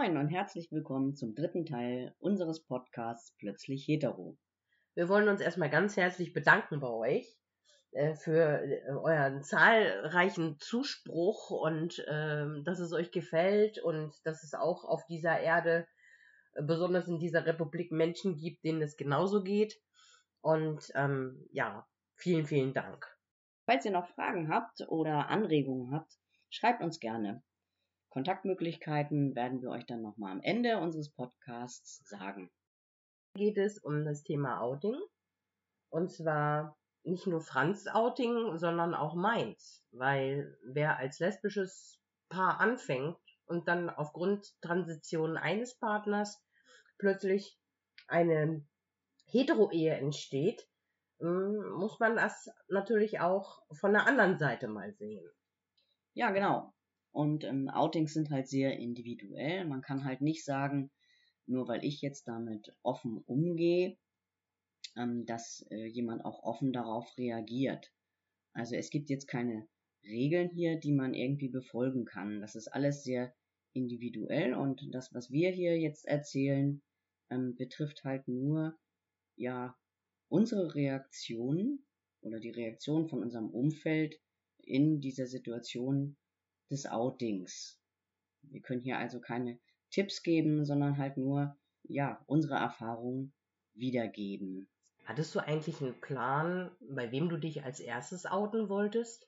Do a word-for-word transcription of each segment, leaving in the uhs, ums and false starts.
Moin und herzlich willkommen zum dritten Teil unseres Podcasts Plötzlich Hetero. Wir wollen uns erstmal ganz herzlich bedanken bei euch äh, für äh, euren zahlreichen Zuspruch und ähm, dass es euch gefällt und dass es auch auf dieser Erde, äh, besonders in dieser Republik, Menschen gibt, denen es genauso geht. Und ähm, ja, vielen, vielen Dank. Falls ihr noch Fragen habt oder Anregungen habt, schreibt uns gerne. Kontaktmöglichkeiten werden wir euch dann nochmal am Ende unseres Podcasts sagen. Geht es um das Thema Outing, und zwar nicht nur Franz Outing, sondern auch meins, weil wer als lesbisches Paar anfängt und dann aufgrund Transition eines Partners plötzlich eine Hetero-Ehe entsteht, muss man das natürlich auch von der anderen Seite mal sehen. Ja, genau. Und ähm, Outings sind halt sehr individuell. Man kann halt nicht sagen, nur weil ich jetzt damit offen umgehe, ähm, dass äh, jemand auch offen darauf reagiert. Also es gibt jetzt keine Regeln hier, die man irgendwie befolgen kann. Das ist alles sehr individuell und das, was wir hier jetzt erzählen, ähm, betrifft halt nur, ja, unsere Reaktion oder die Reaktion von unserem Umfeld in dieser Situation des Outings. Wir können hier also keine Tipps geben, sondern halt nur, ja, unsere Erfahrungen wiedergeben. Hattest du eigentlich einen Plan, bei wem du dich als erstes outen wolltest?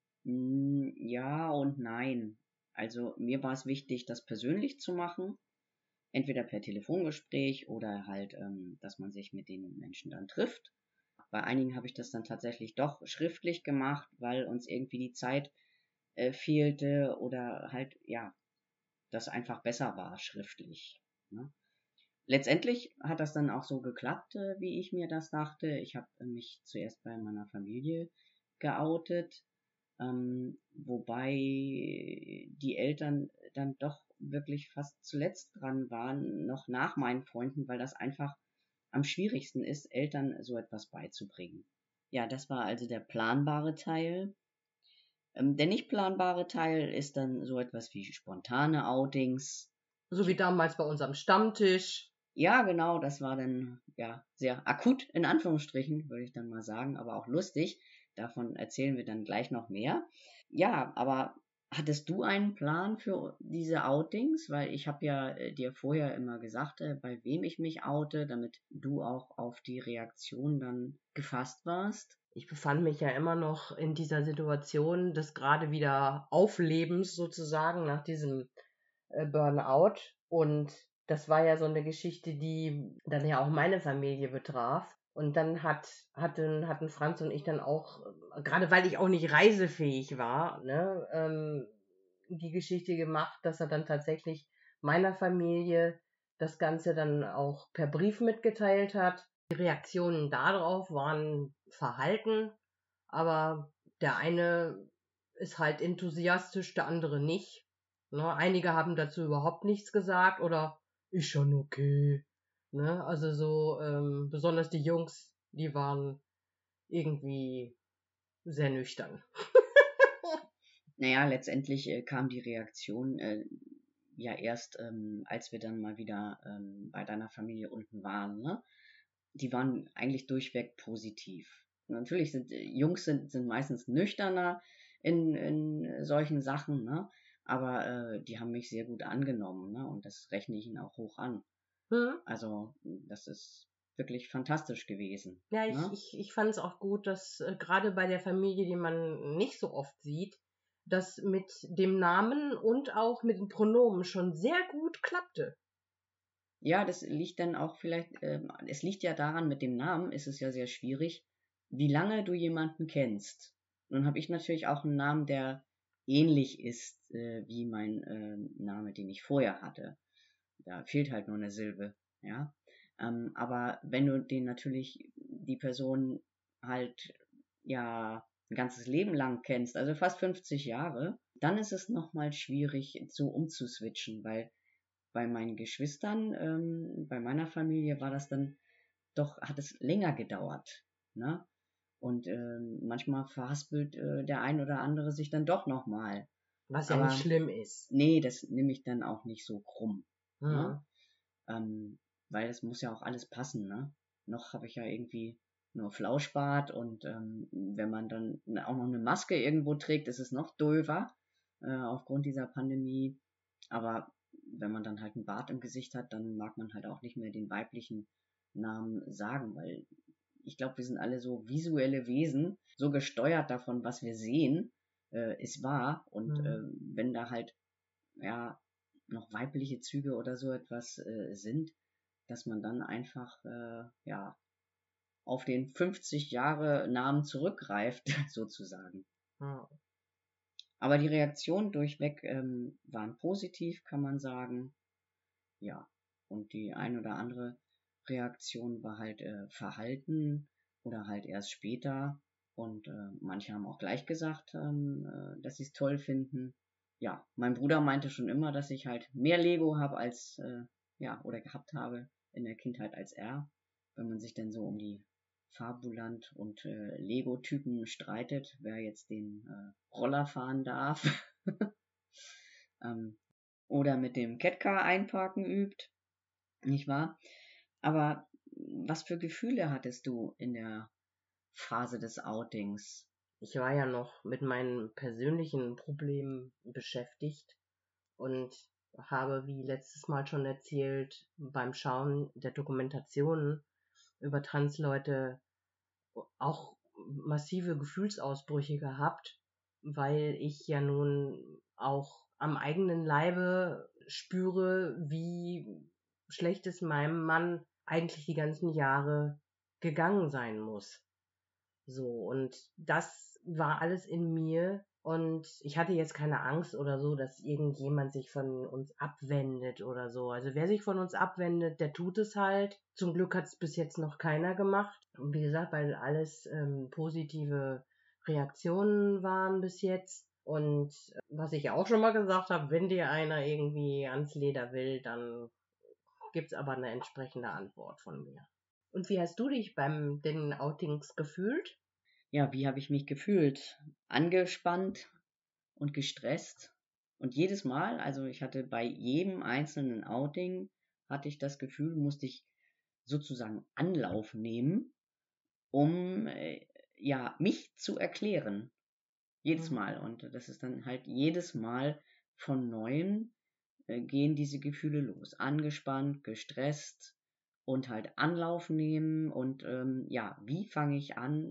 Ja und nein. Also mir war es wichtig, das persönlich zu machen, entweder per Telefongespräch oder halt, ähm, dass man sich mit den Menschen dann trifft. Bei einigen habe ich das dann tatsächlich doch schriftlich gemacht, weil uns irgendwie die Zeit äh, fehlte oder halt, ja, das einfach besser war schriftlich. Ne? Letztendlich hat das dann auch so geklappt, äh, wie ich mir das dachte. Ich habe äh, mich zuerst bei meiner Familie geoutet, ähm, wobei die Eltern dann doch wirklich fast zuletzt dran waren, noch nach meinen Freunden, weil das einfach am schwierigsten ist, Eltern so etwas beizubringen. Ja, das war also der planbare Teil. Ähm, der nicht planbare Teil ist dann so etwas wie spontane Outings. So wie damals bei uns am Stammtisch. Ja, genau, das war dann ja sehr akut in Anführungsstrichen, würde ich dann mal sagen, aber auch lustig. Davon erzählen wir dann gleich noch mehr. Ja, aber hattest du einen Plan für diese Outings? Weil ich habe ja äh, dir vorher immer gesagt, äh, bei wem ich mich oute, damit du auch auf die Reaktion dann gefasst warst. Ich befand mich ja immer noch in dieser Situation des gerade wieder Auflebens sozusagen nach diesem äh, Burnout. Und das war ja so eine Geschichte, die dann ja auch meine Familie betraf. Und dann hat, hatten, hatten Franz und ich dann auch, äh, gerade weil ich auch nicht reisefähig war, ne, ähm, die Geschichte gemacht, dass er dann tatsächlich meiner Familie das Ganze dann auch per Brief mitgeteilt hat. Die Reaktionen darauf waren verhalten, aber der eine ist halt enthusiastisch, der andere nicht. Ne? Einige haben dazu überhaupt nichts gesagt oder ist schon okay. Ne? Also so, ähm, besonders die Jungs, die waren irgendwie sehr nüchtern. Naja, letztendlich äh, kam die Reaktion äh, ja erst, ähm, als wir dann mal wieder ähm, bei deiner Familie unten waren. Ne? Die waren eigentlich durchweg positiv. Natürlich sind äh, Jungs sind, sind meistens nüchterner in, in solchen Sachen, ne? Aber äh, die haben mich sehr gut angenommen, ne? Und das rechne ich ihnen auch hoch an. Hm? Also das ist wirklich fantastisch gewesen. Ja, ich, Ne? ich, ich fand es auch gut, dass äh, gerade bei der Familie, die man nicht so oft sieht, das mit dem Namen und auch mit den Pronomen schon sehr gut klappte. Ja, das liegt dann auch vielleicht, ähm, es liegt ja daran, mit dem Namen ist es ja sehr schwierig, wie lange du jemanden kennst. Nun habe ich natürlich auch einen Namen, der ähnlich ist äh, wie mein äh, Name, den ich vorher hatte. Da fehlt halt nur eine Silbe, ja. Ähm, aber wenn du den natürlich die Person halt ja ein ganzes Leben lang kennst, also fast fünfzig Jahre, dann ist es nochmal schwierig, so umzuswitchen, weil bei meinen Geschwistern, ähm, bei meiner Familie war das dann doch, hat es länger gedauert, ne? Und ähm, manchmal verhaspelt äh, der ein oder andere sich dann doch nochmal. Was ja nicht Aber schlimm ist. nee, das nehme ich dann auch nicht so krumm. Ne? Mhm. Ähm, weil es muss ja auch alles passen, ne? Noch habe ich ja irgendwie nur Flauschbart und ähm, wenn man dann auch noch eine Maske irgendwo trägt, ist es noch doofer äh, aufgrund dieser Pandemie. Aber wenn man dann halt einen Bart im Gesicht hat, dann mag man halt auch nicht mehr den weiblichen Namen sagen, weil ich glaube, wir sind alle so visuelle Wesen, so gesteuert davon, was wir sehen, äh, ist wahr. Und äh, Mhm. wenn da halt ja noch weibliche Züge oder so etwas äh, sind, dass man dann einfach äh, ja auf den fünfzig Jahre Namen zurückgreift, sozusagen. Mhm. Aber die Reaktionen durchweg ähm, waren positiv, kann man sagen. Ja, und die ein oder andere Reaktion war halt äh, verhalten oder halt erst später. Und äh, manche haben auch gleich gesagt, ähm, äh, dass sie es toll finden. Ja, mein Bruder meinte schon immer, dass ich halt mehr Lego habe als, äh, ja, oder gehabt habe in der Kindheit als er. Wenn man sich dann so um die Fabuland und äh, Lego-Typen streitet, wer jetzt den äh, Roller fahren darf. ähm, oder mit dem Catcar einparken übt, nicht wahr? Aber was für Gefühle hattest du in der Phase des Outings? Ich war ja noch mit meinen persönlichen Problemen beschäftigt und habe, wie letztes Mal schon erzählt, beim Schauen der Dokumentationen über Transleute auch massive Gefühlsausbrüche gehabt, weil ich ja nun auch am eigenen Leibe spüre, wie schlecht es meinem Mann eigentlich die ganzen Jahre gegangen sein muss. So, und das war alles in mir. Und ich hatte jetzt keine Angst oder so, dass irgendjemand sich von uns abwendet oder so. Also wer sich von uns abwendet, der tut es halt. Zum Glück hat es bis jetzt noch keiner gemacht. Und wie gesagt, weil alles ähm, positive Reaktionen waren bis jetzt. Und äh, was ich auch schon mal gesagt habe, wenn dir einer irgendwie ans Leder will, dann gibt's aber eine entsprechende Antwort von mir. Und wie hast du dich beim den Outings gefühlt? Ja, wie habe ich mich gefühlt? Angespannt und gestresst. Und jedes Mal, also ich hatte bei jedem einzelnen Outing, hatte ich das Gefühl, musste ich sozusagen Anlauf nehmen, um äh, ja mich zu erklären. Jedes Mhm. Mal. Und das ist dann halt jedes Mal von neuem äh, gehen diese Gefühle los. Angespannt, gestresst und halt Anlauf nehmen und ähm, ja, wie fange ich an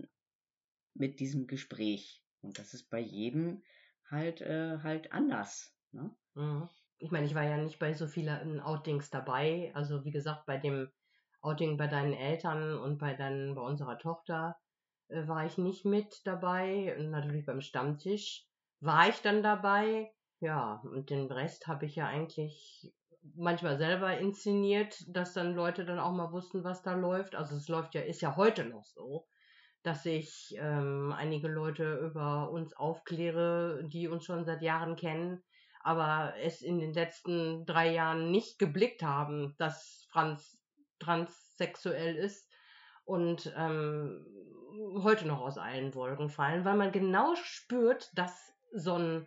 mit diesem Gespräch? Und das ist bei jedem halt äh, halt anders. Ne? Mhm. Ich meine, ich war ja nicht bei so vielen Outings dabei. Also wie gesagt, bei dem Outing bei deinen Eltern und bei deinen, bei unserer Tochter äh, war ich nicht mit dabei. Und natürlich beim Stammtisch war ich dann dabei. Ja, und den Rest habe ich ja eigentlich manchmal selber inszeniert, dass dann Leute dann auch mal wussten, was da läuft. Also es läuft ja, ist ja heute noch so, dass ich ähm, einige Leute über uns aufkläre, die uns schon seit Jahren kennen, aber es in den letzten drei Jahren nicht geblickt haben, dass Franz transsexuell ist und ähm, heute noch aus allen Wolken fallen, weil man genau spürt, dass so ein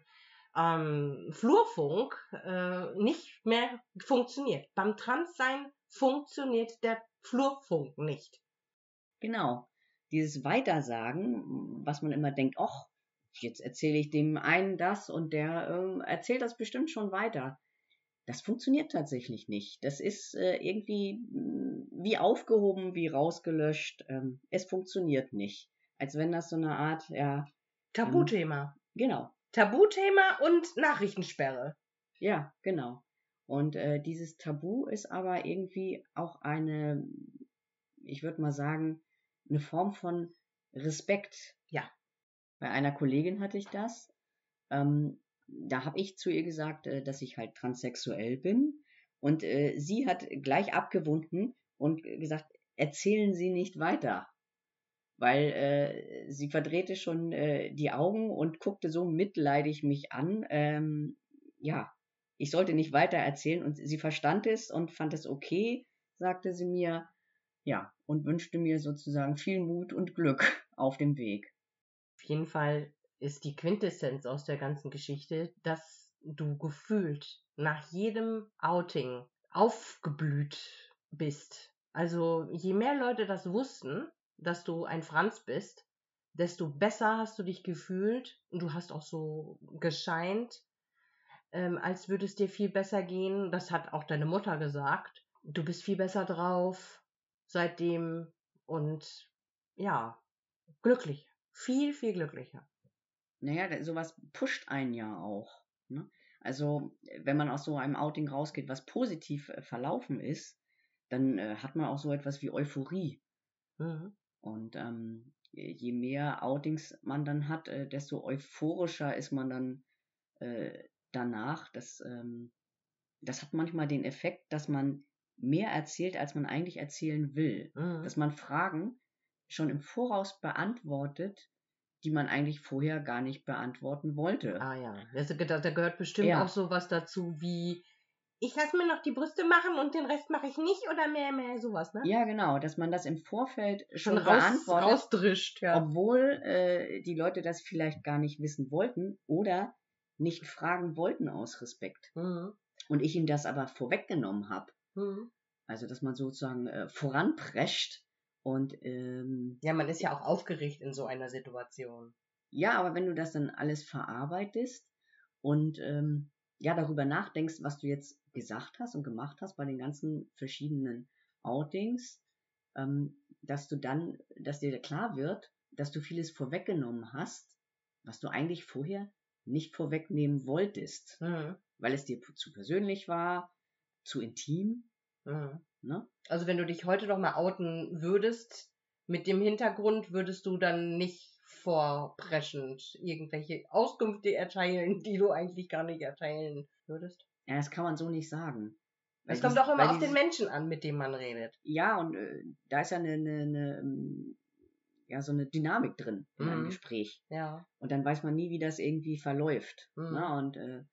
ähm, Flurfunk äh, nicht mehr funktioniert. Beim Transsein funktioniert der Flurfunk nicht. Genau. Dieses Weitersagen, was man immer denkt, ach, jetzt erzähle ich dem einen das und der ähm, erzählt das bestimmt schon weiter. Das funktioniert tatsächlich nicht. Das ist äh, irgendwie mh, wie aufgehoben, wie rausgelöscht. Ähm, es funktioniert nicht. Als wenn das so eine Art, ja, ähm, Tabuthema. genau, Tabuthema und Nachrichtensperre. ja, genau. Und äh, dieses Tabu ist aber irgendwie auch eine, ich würde mal sagen, eine Form von Respekt. Ja. Bei einer Kollegin hatte ich das. Ähm, da habe ich zu ihr gesagt, äh, dass ich halt transsexuell bin. Und äh, sie hat gleich abgewunken und gesagt, erzählen Sie nicht weiter. Weil äh, sie verdrehte schon äh, die Augen und guckte so mitleidig mich an. Ähm, ja, ich sollte nicht weiter erzählen. Und sie verstand es und fand es okay, sagte sie mir. Ja, und wünschte mir sozusagen viel Mut und Glück auf dem Weg. Auf jeden Fall ist die Quintessenz aus der ganzen Geschichte, dass du gefühlt nach jedem Outing aufgeblüht bist. Also je mehr Leute das wussten, dass du ein Franz bist, desto besser hast du dich gefühlt und du hast auch so gescheint, ähm, als würde es dir viel besser gehen. Das hat auch deine Mutter gesagt. Du bist viel besser drauf seitdem und ja, glücklich. Viel, viel glücklicher. Naja, da- sowas pusht einen ja auch. Ne? Also, wenn man aus so einem Outing rausgeht, was positiv äh, verlaufen ist, dann äh, hat man auch so etwas wie Euphorie. Mhm. Und ähm, je mehr Outings man dann hat, äh, desto euphorischer ist man dann äh, danach. Das, ähm, das hat manchmal den Effekt, dass man mehr erzählt, als man eigentlich erzählen will. Mhm. Dass man Fragen schon im Voraus beantwortet, die man eigentlich vorher gar nicht beantworten wollte. Ah ja, also, da, da gehört bestimmt auch Ja, sowas dazu wie, ich lasse mir noch die Brüste machen und den Rest mache ich nicht oder mehr, mehr sowas, ne? ja, genau, dass man das im Vorfeld Schon schon raus, beantwortet, rausdrischt, ja. obwohl äh, die Leute das vielleicht gar nicht wissen wollten oder nicht fragen wollten aus Respekt. Mhm. Und ich ihm das aber vorweggenommen habe. Mhm. Also, dass man sozusagen äh, voranprescht und ähm, Ja, man ist ja auch aufgeregt in so einer Situation. ja, aber wenn du das dann alles verarbeitest und ähm, ja darüber nachdenkst, was du jetzt gesagt hast und gemacht hast bei den ganzen verschiedenen Outings, ähm, dass du dann, dass dir klar wird, dass du vieles vorweggenommen hast, was du eigentlich vorher nicht vorwegnehmen wolltest, Mhm. weil es dir zu persönlich war, zu intim, Mhm. ne? Also wenn du dich heute noch mal outen würdest, mit dem Hintergrund würdest du dann nicht vorpreschend irgendwelche Auskünfte erteilen, die du eigentlich gar nicht erteilen würdest. Ja, das kann man so nicht sagen. Weil Es kommt dies, auch immer weil auf den dieses, Menschen an, mit dem man redet. ja, und äh, da ist ja eine, eine, eine, ähm, ja, so eine Dynamik drin in einem Mhm. Gespräch. Ja. Und dann weiß man nie, wie das irgendwie verläuft. Ne? Mhm. Und äh,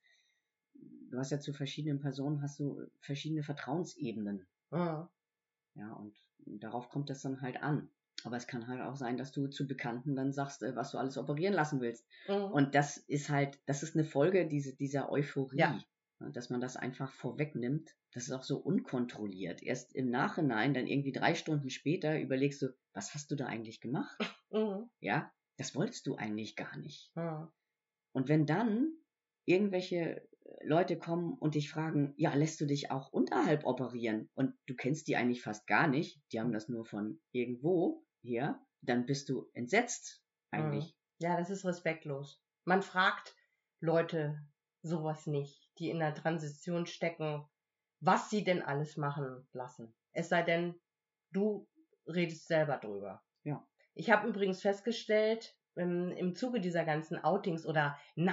du hast ja zu verschiedenen Personen hast du verschiedene Vertrauensebenen. Mhm. Ja, und darauf kommt es dann halt an. Aber es kann halt auch sein, dass du zu Bekannten dann sagst, äh, was du alles operieren lassen willst. Mhm. Und das ist halt, das ist eine Folge diese, dieser Ja. Euphorie, ne, dass man das einfach vorwegnimmt. Das ist auch so unkontrolliert. Erst im Nachhinein, dann irgendwie drei Stunden später, überlegst du, was hast du da eigentlich gemacht? Mhm. Ja, das wolltest du eigentlich gar nicht. Mhm. Und wenn dann irgendwelche Leute kommen und dich fragen, ja, lässt du dich auch unterhalb operieren? Und du kennst die eigentlich fast gar nicht, die haben das nur von irgendwo her, dann bist du entsetzt Mhm. eigentlich. Ja, das ist respektlos. Man fragt Leute sowas nicht, die in der Transition stecken, was sie denn alles machen lassen. Es sei denn, du redest selber drüber. Ja. Ich habe übrigens festgestellt, im, im Zuge dieser ganzen Outings oder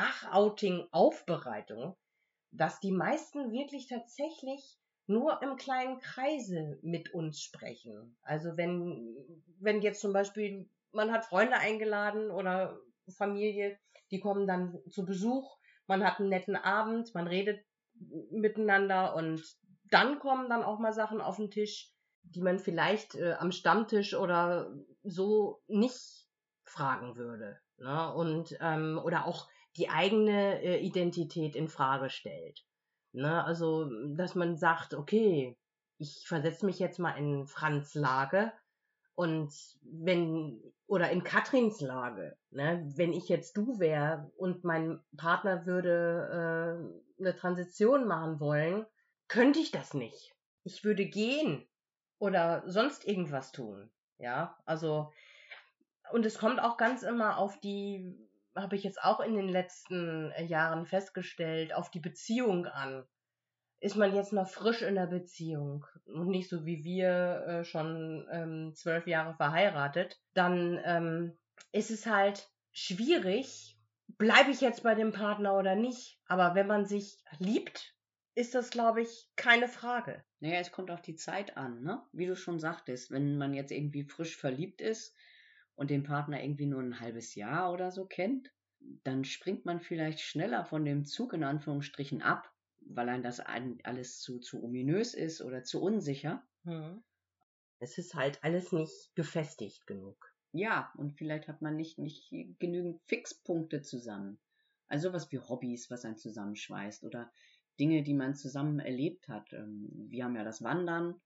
Nach-Outing-Aufbereitung, dass die meisten wirklich tatsächlich nur im kleinen Kreise mit uns sprechen. Also wenn, wenn jetzt zum Beispiel, man hat Freunde eingeladen oder Familie, die kommen dann zu Besuch, man hat einen netten Abend, man redet miteinander und dann kommen dann auch mal Sachen auf den Tisch, die man vielleicht äh, am Stammtisch oder so nicht fragen würde. Ne? Und ähm, oder auch die eigene äh, Identität in Frage stellt. Ne? Also, dass man sagt, okay, ich versetze mich jetzt mal in Franz Lage und wenn, oder in Katrins Lage, ne? Wenn ich jetzt du wäre und mein Partner würde äh, eine Transition machen wollen, könnte ich das nicht. Ich würde gehen oder sonst irgendwas tun. Ja, also, und es kommt auch ganz immer auf die, habe ich jetzt auch in den letzten äh, Jahren festgestellt, auf die Beziehung an. Ist man jetzt noch frisch in der Beziehung und nicht so wie wir äh, schon ähm, zwölf Jahre verheiratet, dann ähm, ist es halt schwierig, bleibe ich jetzt bei dem Partner oder nicht. Aber wenn man sich liebt, ist das, glaube ich, keine Frage. Naja, es kommt auf die Zeit an, ne? Wie du schon sagtest, wenn man jetzt irgendwie frisch verliebt ist und den Partner irgendwie nur ein halbes Jahr oder so kennt, dann springt man vielleicht schneller von dem Zug in Anführungsstrichen ab, weil einem das ein- alles zu, zu ominös ist oder zu unsicher. Hm. Es ist halt alles nicht gefestigt genug. Ja, und vielleicht hat man nicht, nicht genügend Fixpunkte zusammen. Also sowas wie Hobbys, was einen zusammenschweißt oder Dinge, die man zusammen erlebt hat. Ähm, wir haben ja das Wandern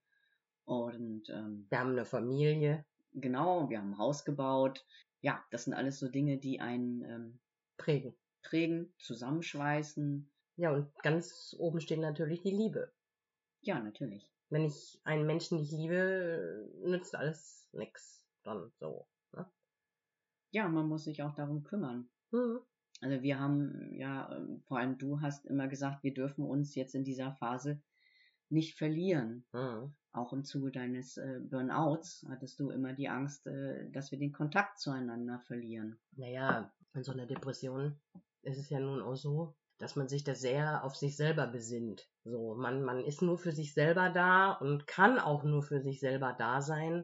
und ähm, Wir haben eine Familie. Genau, wir haben ein Haus gebaut. Ja, das sind alles so Dinge, die einen ähm, Prägen. prägen, zusammenschweißen. Ja, und ganz oben steht natürlich die Liebe. Ja, natürlich. Wenn ich einen Menschen nicht liebe, nützt alles nix. Dann so. Ne? Ja, man muss sich auch darum kümmern. Mhm. Also wir haben, ja, ähm, vor allem du hast immer gesagt, wir dürfen uns jetzt in dieser Phase nicht verlieren. Mhm. Auch im Zuge deines äh, Burnouts hattest du immer die Angst, äh, dass wir den Kontakt zueinander verlieren. Naja, in so einer Depression ist es ja nun auch so, dass man sich da sehr auf sich selber besinnt. So, man, man ist nur für sich selber da und kann auch nur für sich selber da sein,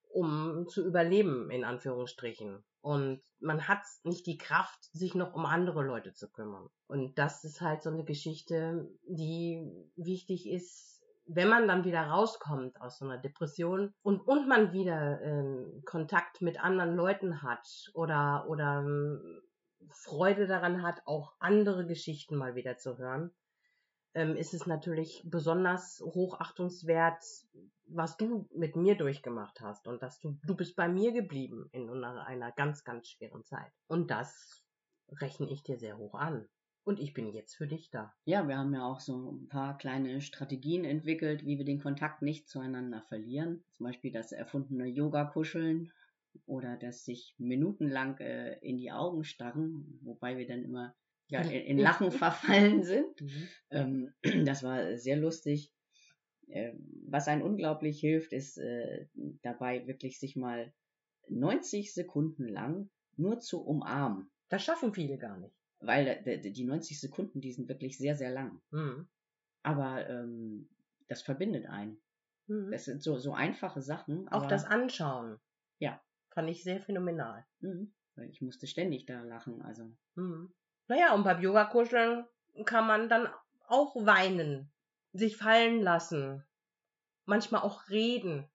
um zu überleben, in Anführungsstrichen. Und man hat nicht die Kraft, sich noch um andere Leute zu kümmern. Und das ist halt so eine Geschichte, die wichtig ist, wenn man dann wieder rauskommt aus so einer Depression und, und man wieder ähm, Kontakt mit anderen Leuten hat oder, oder ähm, Freude daran hat, auch andere Geschichten mal wieder zu hören, ähm, ist es natürlich besonders hochachtungswert, was du mit mir durchgemacht hast und dass du, du bist bei mir geblieben in einer, einer ganz, ganz schweren Zeit. Und das rechne ich dir sehr hoch an. Und ich bin jetzt für dich da. Ja, wir haben ja auch so ein paar kleine Strategien entwickelt, wie wir den Kontakt nicht zueinander verlieren. Zum Beispiel das erfundene Yoga-Kuscheln oder das sich minutenlang äh, in die Augen starren, wobei wir dann immer ja, in, in Lachen verfallen sind. Mhm. Ähm, das war sehr lustig. Äh, was einen unglaublich hilft, ist äh, dabei wirklich sich mal neunzig Sekunden lang nur zu umarmen. Das schaffen viele gar nicht. Weil äh, die neunzig Sekunden, die sind wirklich sehr, sehr lang. Mhm. Aber ähm, das verbindet einen. Mhm. Das sind so, so einfache Sachen. Auch Aber, das Anschauen ja. fand ich sehr phänomenal. Mhm. Weil ich musste ständig da lachen. Also. Mhm. Naja, und beim Yoga-Kuscheln kann man dann auch weinen, sich fallen lassen, manchmal auch reden.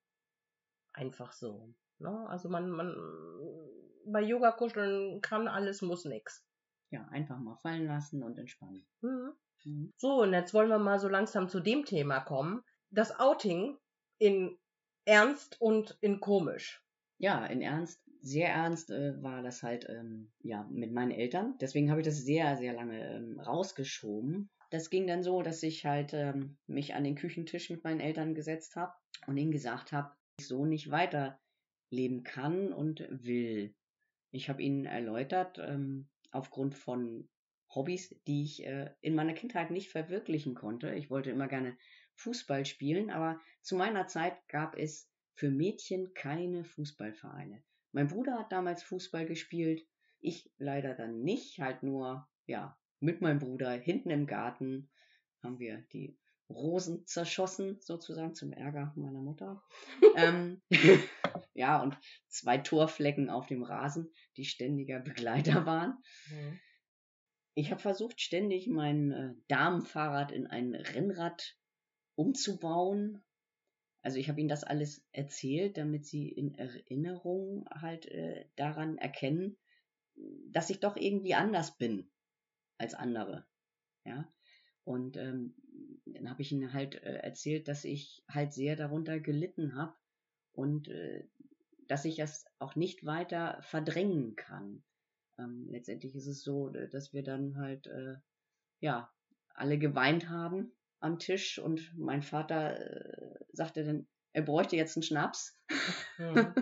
Einfach so. Ne? Also man, man, bei Yoga-Kuscheln kann alles, muss nix. Ja, einfach mal fallen lassen und entspannen. Mhm. Mhm. So, und jetzt wollen wir mal so langsam zu dem Thema kommen. Das Outing in ernst und in komisch. Ja, in Ernst, sehr ernst äh, war das halt ähm, ja mit meinen Eltern. Deswegen habe ich das sehr, sehr lange ähm, rausgeschoben. Das ging dann so, dass ich halt ähm, mich an den Küchentisch mit meinen Eltern gesetzt habe und ihnen gesagt habe, dass ich so nicht weiterleben kann und will. Ich habe ihnen erläutert, ähm, aufgrund von Hobbys, die ich äh, in meiner Kindheit nicht verwirklichen konnte. Ich wollte immer gerne Fußball spielen, aber zu meiner Zeit gab es für Mädchen keine Fußballvereine. Mein Bruder hat damals Fußball gespielt, ich leider dann nicht, halt nur, ja, mit meinem Bruder hinten im Garten haben wir die Rosen zerschossen, sozusagen zum Ärger meiner Mutter. ähm, ja, und zwei Torflecken auf dem Rasen, die ständiger Begleiter waren. Mhm. Ich habe versucht, ständig mein äh, Damenfahrrad in ein Rennrad umzubauen. Also ich habe ihnen das alles erzählt, damit sie in Erinnerung halt äh, daran erkennen, dass ich doch irgendwie anders bin als andere. Ja. Und ähm, dann habe ich ihnen halt äh, erzählt, dass ich halt sehr darunter gelitten habe und äh, dass ich das auch nicht weiter verdrängen kann. Ähm, letztendlich ist es so, dass wir dann halt äh, ja alle geweint haben am Tisch und mein Vater äh, sagte dann, er bräuchte jetzt einen Schnaps. Mhm.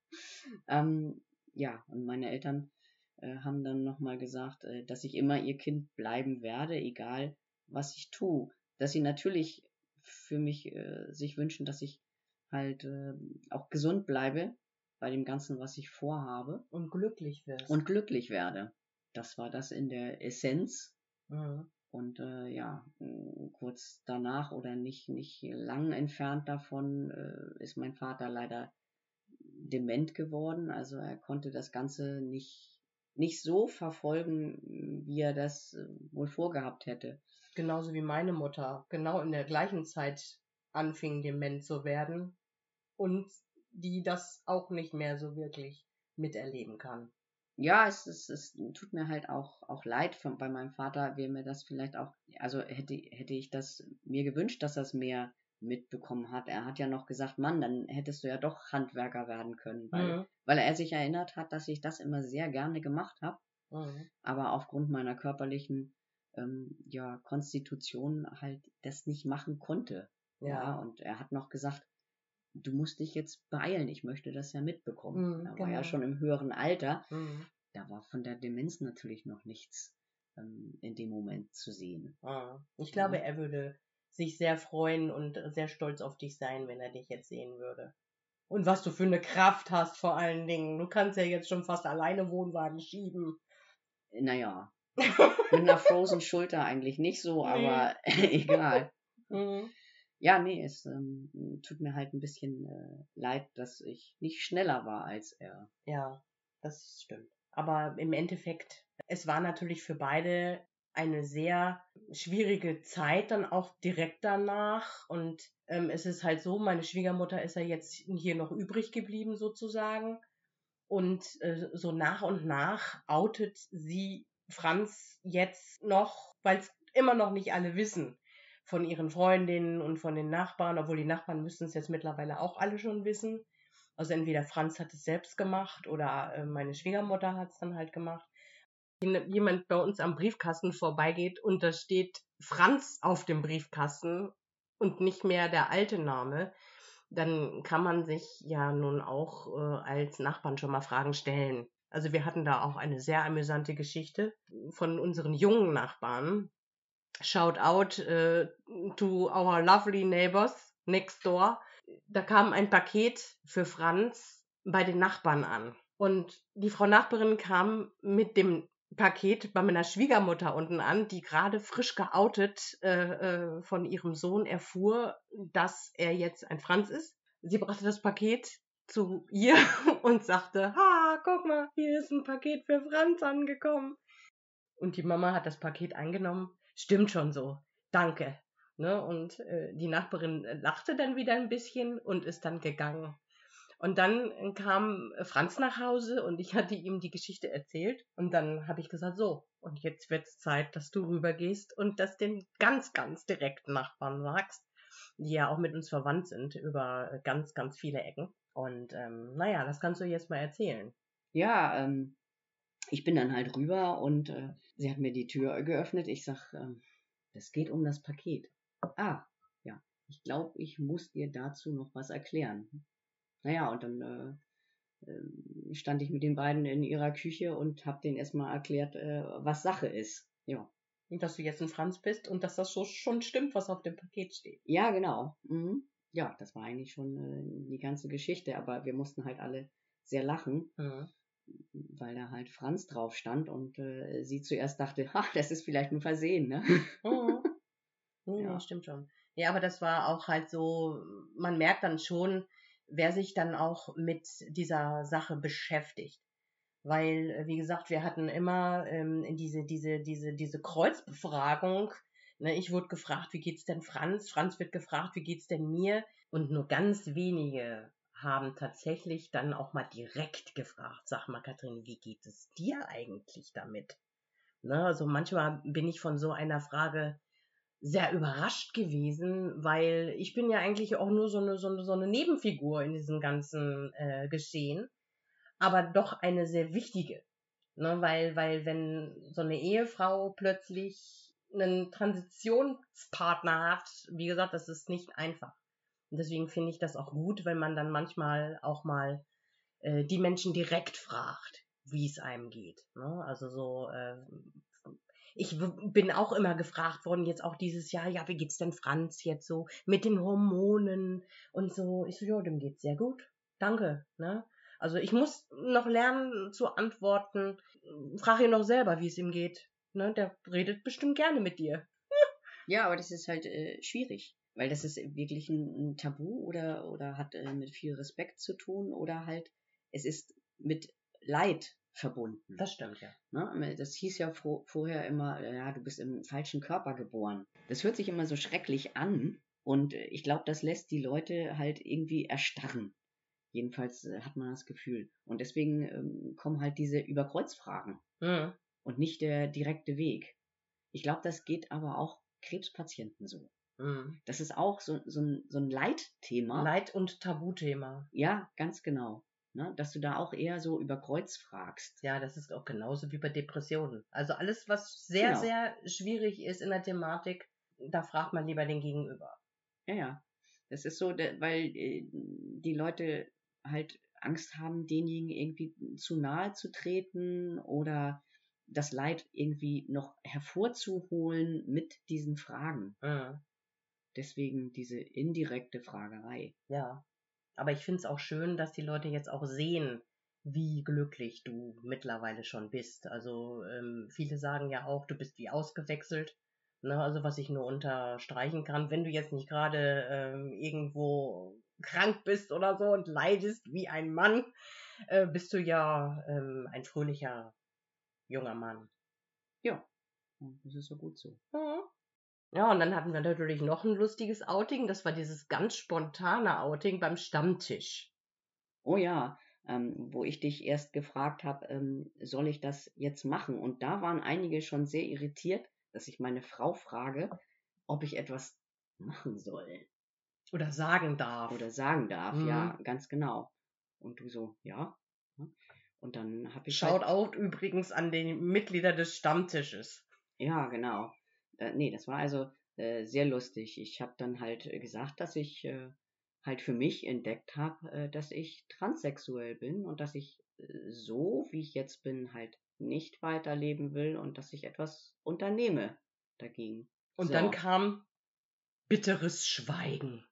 ähm, ja, und meine Eltern äh, haben dann nochmal gesagt, äh, dass ich immer ihr Kind bleiben werde, egal was ich tue. Dass sie natürlich für mich äh, sich wünschen, dass ich halt äh, auch gesund bleibe bei dem Ganzen, was ich vorhabe. Und glücklich wirst. Und glücklich werde. Das war das in der Essenz. Mhm. Und äh, ja, kurz danach oder nicht, nicht lang entfernt davon äh, ist mein Vater leider dement geworden. Also er konnte das Ganze nicht, nicht so verfolgen, wie er das äh, wohl vorgehabt hätte. Genauso wie meine Mutter genau in der gleichen Zeit anfing, dement zu werden und die das auch nicht mehr so wirklich miterleben kann. Ja, es, es, es tut mir halt auch, auch leid von, bei meinem Vater, wäre mir das vielleicht auch, also hätte, hätte ich das mir gewünscht, dass er es mehr mitbekommen hat. Er hat ja noch gesagt, Mann, dann hättest du ja doch Handwerker werden können, weil, Mhm. weil er sich erinnert hat, dass ich das immer sehr gerne gemacht habe, Mhm. aber aufgrund meiner körperlichen ähm, ja, Konstitution halt das nicht machen konnte. Ja, Ja. und er hat noch gesagt, du musst dich jetzt beeilen, ich möchte das ja mitbekommen. Mhm, Er war ja genau. schon im höheren Alter, Mhm. da war von der Demenz natürlich noch nichts ähm, in dem Moment zu sehen. Ah. Ich glaube, Ne? er würde sich sehr freuen und sehr stolz auf dich sein, wenn er dich jetzt sehen würde. Und was du für eine Kraft hast vor allen Dingen. Du kannst ja jetzt schon fast alleine Wohnwagen schieben. Naja, mit einer Frozen Schulter eigentlich nicht so, Nee. aber egal. Mhm. Ja, nee, es ähm, tut mir halt ein bisschen äh, leid, dass ich nicht schneller war als er. Ja, das stimmt. Aber im Endeffekt, es war natürlich für beide eine sehr schwierige Zeit dann auch direkt danach. Und ähm, es ist halt so, meine Schwiegermutter ist ja jetzt hier noch übrig geblieben sozusagen. Und äh, so nach und nach outet sie Franz jetzt noch, weil es immer noch nicht alle wissen von ihren Freundinnen und von den Nachbarn, obwohl die Nachbarn müssten es jetzt mittlerweile auch alle schon wissen. Also entweder Franz hat es selbst gemacht oder äh, meine Schwiegermutter hat es dann halt gemacht. Wenn jemand bei uns am Briefkasten vorbeigeht und da steht Franz auf dem Briefkasten und nicht mehr der alte Name, dann kann man sich ja nun auch äh, als Nachbarn schon mal Fragen stellen. Also wir hatten da auch eine sehr amüsante Geschichte von unseren jungen Nachbarn. Shout out äh, to our lovely neighbors next door. Da kam ein Paket für Franz bei den Nachbarn an. Und die Frau Nachbarin kam mit dem Paket bei meiner Schwiegermutter unten an, die gerade frisch geoutet äh, äh, von ihrem Sohn erfuhr, dass er jetzt ein Franz ist. Sie brachte das Paket zu ihr und sagte, ha, guck mal, hier ist ein Paket für Franz angekommen. Und die Mama hat das Paket eingenommen. Stimmt schon so. Danke. Ne? Und äh, die Nachbarin lachte dann wieder ein bisschen und ist dann gegangen. Und dann kam Franz nach Hause und ich hatte ihm die Geschichte erzählt. Und dann habe ich gesagt, so, und jetzt wird's Zeit, dass du rübergehst und das den ganz, ganz direkten Nachbarn sagst, die ja auch mit uns verwandt sind über ganz, ganz viele Ecken. Und ähm, naja, das kannst du jetzt mal erzählen. Ja, ähm, ich bin dann halt rüber und äh, sie hat mir die Tür geöffnet. Ich sag, ähm, das geht um das Paket. Ah, ja, ich glaube, ich muss dir dazu noch was erklären. Naja, und dann äh, äh, stand ich mit den beiden in ihrer Küche und habe denen erstmal erklärt, äh, was Sache ist. Ja. Und dass du jetzt ein Franz bist und dass das so schon stimmt, was auf dem Paket steht. Ja, genau. Mhm. Ja, das war eigentlich schon äh, die ganze Geschichte, aber wir mussten halt alle sehr lachen, Mhm. weil da halt Franz drauf stand und äh, sie zuerst dachte, ha, das ist vielleicht ein Versehen, ne? Mhm. Nee, nee, Ja. stimmt schon. Ja, aber das war auch halt so, man merkt dann schon, wer sich dann auch mit dieser Sache beschäftigt. Weil, äh, wie gesagt, wir hatten immer ähm, diese, diese, diese, diese Kreuzbefragung. Ne, ich wurde gefragt, wie geht's denn Franz? Franz wird gefragt, wie geht's denn mir? Und nur ganz wenige haben tatsächlich dann auch mal direkt gefragt, sag mal, Katrin, wie geht es dir eigentlich damit? Ne, also manchmal bin ich von so einer Frage sehr überrascht gewesen, weil ich bin ja eigentlich auch nur so eine, so eine, so eine Nebenfigur in diesem ganzen äh, Geschehen, aber doch eine sehr wichtige. Ne, weil, weil wenn so eine Ehefrau plötzlich einen Transitionspartner hat, wie gesagt, das ist nicht einfach. Und deswegen finde ich das auch gut, wenn man dann manchmal auch mal äh, die Menschen direkt fragt, wie es einem geht. Ne? Also so, äh, ich w- bin auch immer gefragt worden, jetzt auch dieses Jahr, ja, wie geht's denn Franz jetzt so mit den Hormonen und so. Ich so, ja, dem geht's sehr gut. Danke. Ne? Also ich muss noch lernen zu antworten. Frag ihn doch selber, wie es ihm geht. Ne? Der redet bestimmt gerne mit dir. Ja, aber das ist halt äh, schwierig, weil das ist wirklich ein, ein Tabu oder, oder hat äh, mit viel Respekt zu tun oder halt, es ist mit Leid verbunden. Das stimmt, ja. Ne? Das hieß ja vor, vorher immer, äh, ja, du bist im falschen Körper geboren. Das hört sich immer so schrecklich an und äh, ich glaube, das lässt die Leute halt irgendwie erstarren. Jedenfalls äh, hat man das Gefühl. Und deswegen ähm, kommen halt diese Überkreuzfragen Mhm. und nicht der direkte Weg. Ich glaube, das geht aber auch Krebspatienten so. Mhm. Das ist auch so, so, ein, so ein Leitthema. Leid- und Tabuthema. Ja, ganz genau. Ne? Dass du da auch eher so über Kreuz fragst. Ja, das ist auch genauso wie bei Depressionen. Also alles, was sehr, Genau. sehr schwierig ist in der Thematik, da fragt man lieber den Gegenüber. Ja, ja. Das ist so, der, weil äh, die Leute halt Angst haben, denjenigen irgendwie zu nahe zu treten oder das Leid irgendwie noch hervorzuholen mit diesen Fragen. Mhm. Deswegen diese indirekte Fragerei. Ja. Aber ich finde es auch schön, dass die Leute jetzt auch sehen, wie glücklich du mittlerweile schon bist. Also ähm, viele sagen ja auch, du bist wie ausgewechselt. Ne? Also was ich nur unterstreichen kann, wenn du jetzt nicht gerade ähm, irgendwo krank bist oder so und leidest wie ein Mann, äh, bist du ja ähm, ein fröhlicher junger Mann. Ja, das ist so gut so. Mhm. Ja, und dann hatten wir natürlich noch ein lustiges Outing. Das war dieses ganz spontane Outing beim Stammtisch. Oh ja, ähm, wo ich dich erst gefragt habe, ähm, soll ich das jetzt machen? Und da waren einige schon sehr irritiert, dass ich meine Frau frage, ob ich etwas machen soll Oder sagen darf. oder sagen darf. Mhm. Ja, ganz genau. Und du so, ja. ne? Und dann habe ich halt, Shoutout übrigens an die Mitglieder des Stammtisches. ja, genau. Äh, nee, das war also äh, sehr lustig. Ich habe dann halt äh, gesagt, dass ich äh, halt für mich entdeckt habe, äh, dass ich transsexuell bin und dass ich äh, so, wie ich jetzt bin, halt nicht weiterleben will und dass ich etwas unternehme dagegen. Und So. dann kam bitteres Schweigen.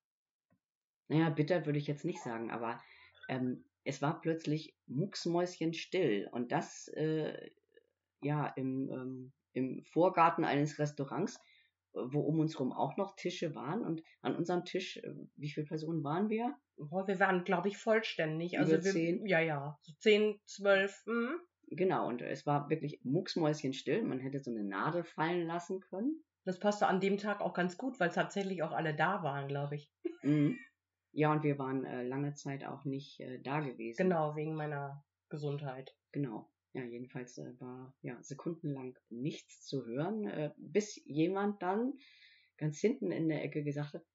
Naja, bitter würde ich jetzt nicht sagen, aber ähm, es war plötzlich mucksmäuschenstill und das äh, ja im, ähm, im Vorgarten eines Restaurants, äh, wo um uns herum auch noch Tische waren und an unserem Tisch, äh, wie viele Personen waren wir? Boah, wir waren, glaube ich, vollständig. Über Also wir, zehn? ja, ja, so zehn, zwölf. Mhm. Genau, und es war wirklich mucksmäuschenstill. Man hätte so eine Nadel fallen lassen können. Das passte an dem Tag auch ganz gut, weil tatsächlich auch alle da waren, glaube ich. Mhm. Ja, und wir waren äh, lange Zeit auch nicht äh, da gewesen. Genau, wegen meiner Gesundheit. Genau. Ja, jedenfalls äh, war ja sekundenlang nichts zu hören, äh, bis jemand dann ganz hinten in der Ecke gesagt hat,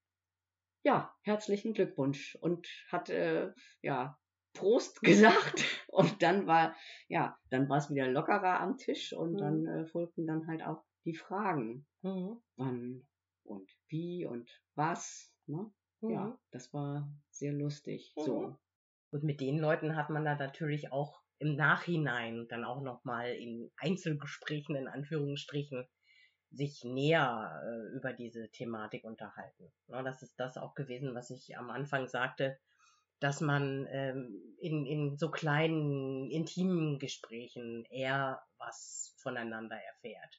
ja, herzlichen Glückwunsch und hat äh, ja Prost gesagt und dann war ja, dann war es wieder lockerer am Tisch und Mhm. dann äh, folgten dann halt auch die Fragen, Mhm. wann und wie und was, ne? Mhm. Ja, das war sehr lustig. Mhm. So. Und mit den Leuten hat man da natürlich auch im Nachhinein dann auch nochmal in Einzelgesprächen, in Anführungsstrichen, sich näher äh, über diese Thematik unterhalten. Ja, das ist das auch gewesen, was ich am Anfang sagte, dass man ähm, in, in so kleinen, intimen Gesprächen eher was voneinander erfährt.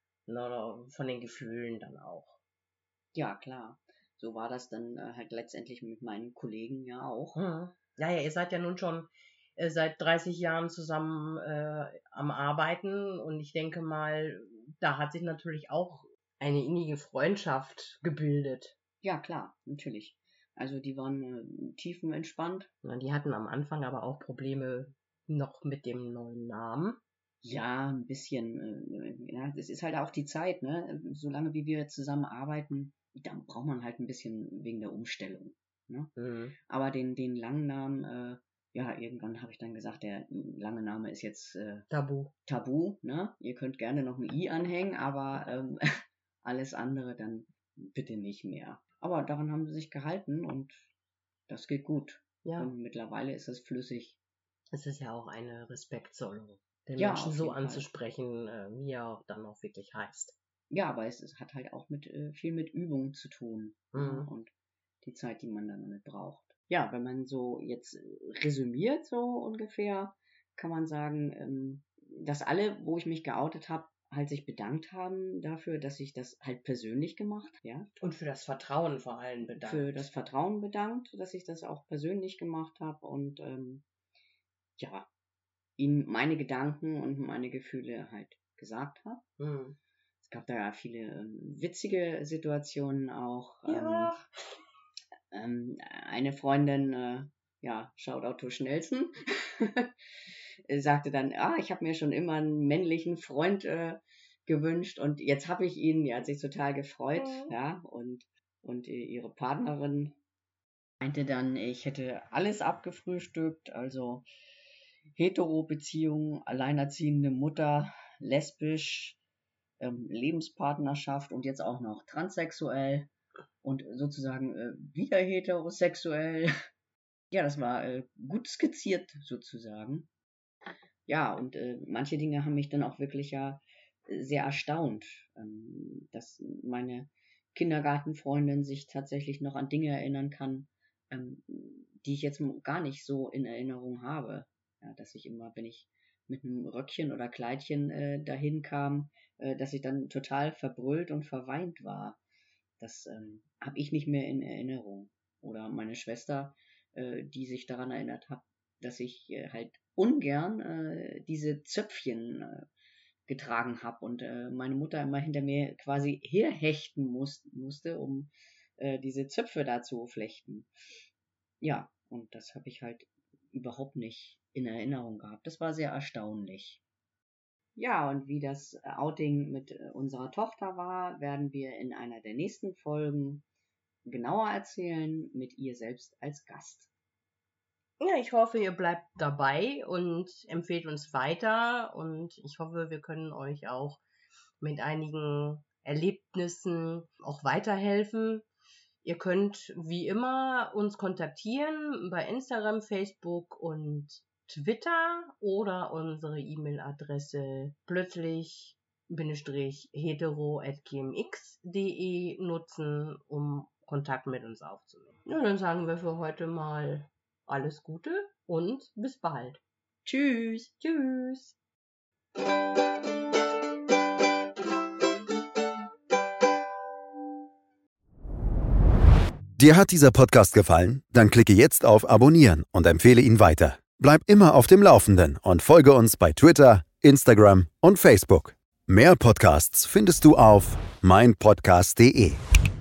Ne, von den Gefühlen dann auch. Ja, klar. So war das dann äh, halt letztendlich mit meinen Kollegen ja auch. Mhm. Ja, ja, ihr seid ja nun schon äh, seit dreißig Jahren zusammen äh, am Arbeiten und ich denke mal, da hat sich natürlich auch eine innige Freundschaft gebildet. Ja, klar, natürlich. Also die waren äh, tiefenentspannt. Ja, die hatten am Anfang aber auch Probleme noch mit dem neuen Namen. Ja, ein bisschen. Äh, ja, das ist halt auch die Zeit, ne? Solange wie wir zusammen arbeiten, dann braucht man halt ein bisschen wegen der Umstellung. Ne? Mhm. Aber den, den langen Namen, äh, ja, irgendwann habe ich dann gesagt, der lange Name ist jetzt äh, Tabu. Tabu, ne? Ihr könnt gerne noch ein I anhängen, aber ähm, alles andere dann bitte nicht mehr. Aber daran haben sie sich gehalten und das geht gut. Ja. Und mittlerweile ist es flüssig. Es ist ja auch eine Respektzollung, den Ja, Menschen auf so jeden Fall. anzusprechen, äh, wie er auch dann auch wirklich heißt. Ja, aber es, es hat halt auch mit äh, viel mit Übung zu tun. Mhm. Ja, und die Zeit, die man dann damit braucht. Ja, wenn man so jetzt äh, resümiert, so ungefähr, kann man sagen, ähm, dass alle, wo ich mich geoutet habe, halt sich bedankt haben dafür, dass ich das halt persönlich gemacht, ja. Und für das Vertrauen vor allem bedankt. Für das Vertrauen bedankt, dass ich das auch persönlich gemacht habe und ähm, ja, ihnen meine Gedanken und meine Gefühle halt gesagt habe. Mhm. Es gab da ja viele ähm, witzige Situationen auch. Ja. Ähm, ähm, eine Freundin, äh, ja, Shoutout to Schnelsen, sagte dann, ah, ich habe mir schon immer einen männlichen Freund äh, gewünscht und jetzt habe ich ihn, die hat sich total gefreut, mhm. ja, und, und ihre Partnerin meinte dann, ich hätte alles abgefrühstückt, also Hetero-Beziehung, alleinerziehende Mutter, lesbisch, ähm, Lebenspartnerschaft und jetzt auch noch transsexuell und sozusagen äh, wieder heterosexuell. Ja, das war äh, gut skizziert sozusagen. Ja, und äh, manche Dinge haben mich dann auch wirklich ja sehr erstaunt, ähm, dass meine Kindergartenfreundin sich tatsächlich noch an Dinge erinnern kann, ähm, die ich jetzt gar nicht so in Erinnerung habe. Ja, dass ich immer, wenn ich mit einem Röckchen oder Kleidchen äh, dahin kam, äh, dass ich dann total verbrüllt und verweint war. Das ähm, habe ich nicht mehr in Erinnerung. Oder meine Schwester, äh, die sich daran erinnert hat, dass ich äh, halt ungern äh, diese Zöpfchen äh, getragen habe und äh, meine Mutter immer hinter mir quasi herhechten muss, musste, um äh, diese Zöpfe da zu flechten. Ja, und das habe ich halt überhaupt nicht in Erinnerung gehabt. Das war sehr erstaunlich. Ja, und wie das Outing mit äh, unserer Tochter war, werden wir in einer der nächsten Folgen genauer erzählen, mit ihr selbst als Gast. Ja, ich hoffe, ihr bleibt dabei und empfehlt uns weiter und ich hoffe, wir können euch auch mit einigen Erlebnissen auch weiterhelfen. Ihr könnt wie immer uns kontaktieren bei Instagram, Facebook und Twitter oder unsere E-Mail-Adresse plötzlich-hetero at gmx punkt de nutzen, um Kontakt mit uns aufzunehmen. Ja, dann sagen wir für heute mal alles Gute und bis bald. Tschüss. Tschüss. Dir hat dieser Podcast gefallen? Dann klicke jetzt auf Abonnieren und empfehle ihn weiter. Bleib immer auf dem Laufenden und folge uns bei Twitter, Instagram und Facebook. Mehr Podcasts findest du auf mein podcast punkt de.